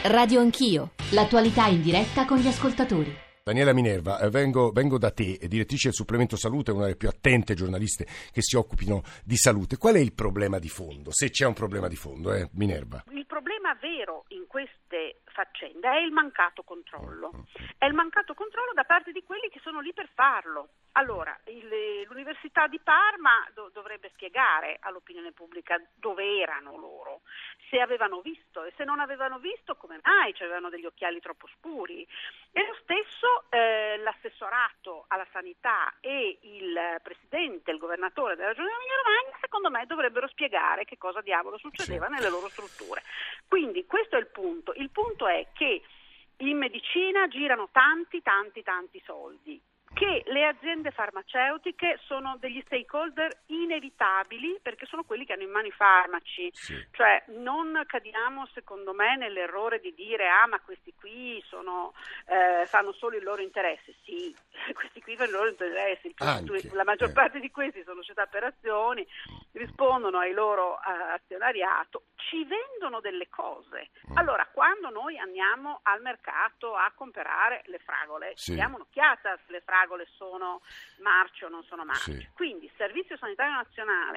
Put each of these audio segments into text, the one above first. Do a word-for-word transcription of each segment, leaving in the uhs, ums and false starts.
Radio Anch'io, l'attualità in diretta con gli ascoltatori. Daniela Minerva, eh, vengo, vengo da te, direttrice del supplemento salute, una delle più attente giornaliste che si occupino di salute. Qual è il problema di fondo, se c'è un problema di fondo, eh, Minerva? Il problema vero in queste faccende è il mancato controllo. È il mancato controllo da parte di quelli che sono lì per farlo. Allora, il, l'Università di Parma do, dovrebbe spiegare all'opinione pubblica dove erano loro, se avevano visto, e se non avevano visto come mai, cioè avevano degli occhiali troppo scuri. E lo stesso eh, l'assessorato alla sanità e il presidente, il governatore della Regione Emilia-Romagna, secondo me dovrebbero spiegare che cosa diavolo succedeva sì. nelle loro strutture. Quindi questo è il punto. Il punto è che in medicina girano tanti, tanti, tanti soldi, che le aziende farmaceutiche sono degli stakeholder inevitabili perché sono quelli che hanno in mano i farmaci, sì. cioè non cadiamo secondo me nell'errore di dire ah ma questi qui sono eh, fanno solo il loro interesse, sì, questi qui fanno il loro interesse, Anche, la maggior eh. parte di questi sono società per azioni, rispondono ai loro uh, azionariato, ci vendono delle cose. Allora quando noi andiamo al mercato a comprare le fragole, sì. diamo un'occhiata se le fragole sono marce o non sono marce. Sì. Quindi Servizio Sanitario Nazionale,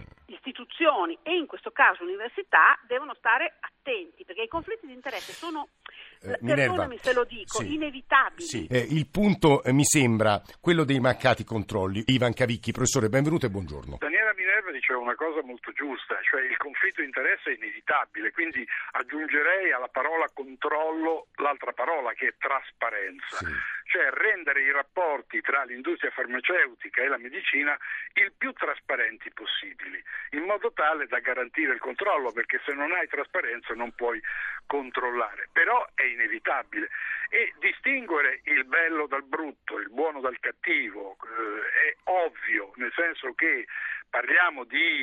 istituzioni e in questo caso università devono stare attenti perché i conflitti di interesse sono, eh, perdonami se lo dico, sì. inevitabili. Sì. Eh, il punto eh, mi sembra quello dei mancati controlli. Ivan Cavicchi, professore, benvenuto e buongiorno. Daniela Minerva diceva una cosa molto giusta, cioè il conflitto di interesse è inevitabile, quindi aggiungerei alla parola controllo l'altra parola che è trasparenza. Sì. Cioè rendere i rapporti tra l'industria farmaceutica e la medicina il più trasparenti possibili, in modo tale da garantire il controllo, perché se non hai trasparenza non puoi controllare. Però è inevitabile e distinguere il bello dal brutto, il buono dal cattivo eh, è ovvio, nel senso che parliamo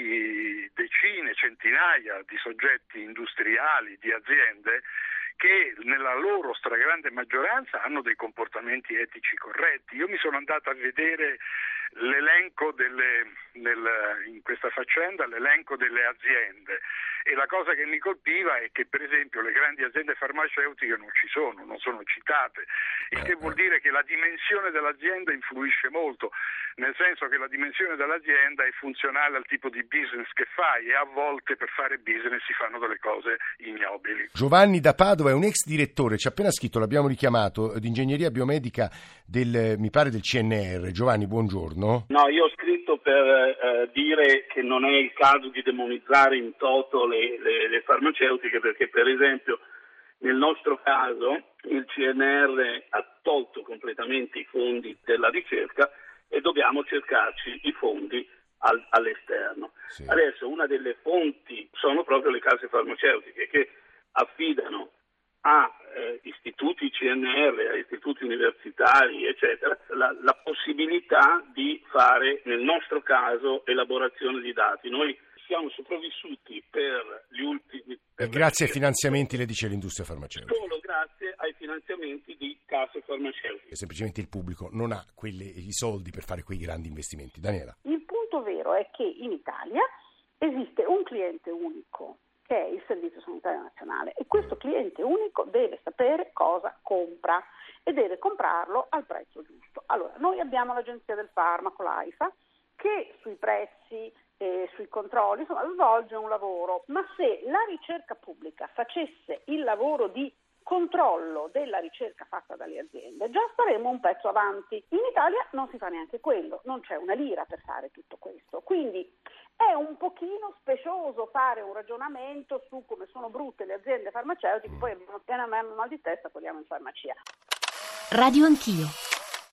di decine, centinaia di soggetti industriali, di aziende che nella loro stragrande maggioranza hanno dei comportamenti etici corretti. Io mi sono andato a vedere l'elenco delle, nel, in questa faccenda, l'elenco delle aziende e la cosa che mi colpiva è che per esempio le grandi aziende farmaceutiche non ci sono, non sono citate, il che vuol dire che la dimensione dell'azienda influisce molto, nel senso che la dimensione dell'azienda è funzionale al tipo di business che fai e a volte per fare business si fanno delle cose ignobili. Giovanni da Padova è un ex direttore, ci ha appena scritto, l'abbiamo richiamato, di ingegneria biomedica del, mi pare del C N R. Giovanni, buongiorno. No, io ho scritto per eh, dire che non è il caso di demonizzare in toto le, le, le farmaceutiche, perché per esempio nel nostro caso il C N R ha tolto completamente i fondi della ricerca e dobbiamo cercarci i fondi al, all'esterno. Sì. Adesso una delle fonti sono proprio le case farmaceutiche che affidano a eh, istituti C N R, a istituti universitari, eccetera, la, la possibilità di fare, nel nostro caso, elaborazione di dati. Noi siamo sopravvissuti per gli ultimi... Per grazie ai finanziamenti, le dice l'industria farmaceutica. Solo grazie ai finanziamenti di case farmaceutiche. E semplicemente il pubblico non ha quelli, i soldi per fare quei grandi investimenti. Daniela. Il punto vero è che in Italia esiste un cliente unico, che è il Servizio Sanitario Nazionale, e questo cliente unico deve sapere cosa compra e deve comprarlo al prezzo giusto. Allora, noi abbiamo l'Agenzia del Farmaco, l'AIFA, che sui prezzi e sui controlli insomma, svolge un lavoro, ma se la ricerca pubblica facesse il lavoro di controllo della ricerca fatta dalle aziende, già staremo un pezzo avanti. In Italia non si fa neanche quello, non c'è una lira per fare tutto questo, quindi è un pochino specioso fare un ragionamento su come sono brutte le aziende farmaceutiche, poi appena abbiamo mal di testa corriamo in farmacia. Radio Anch'io.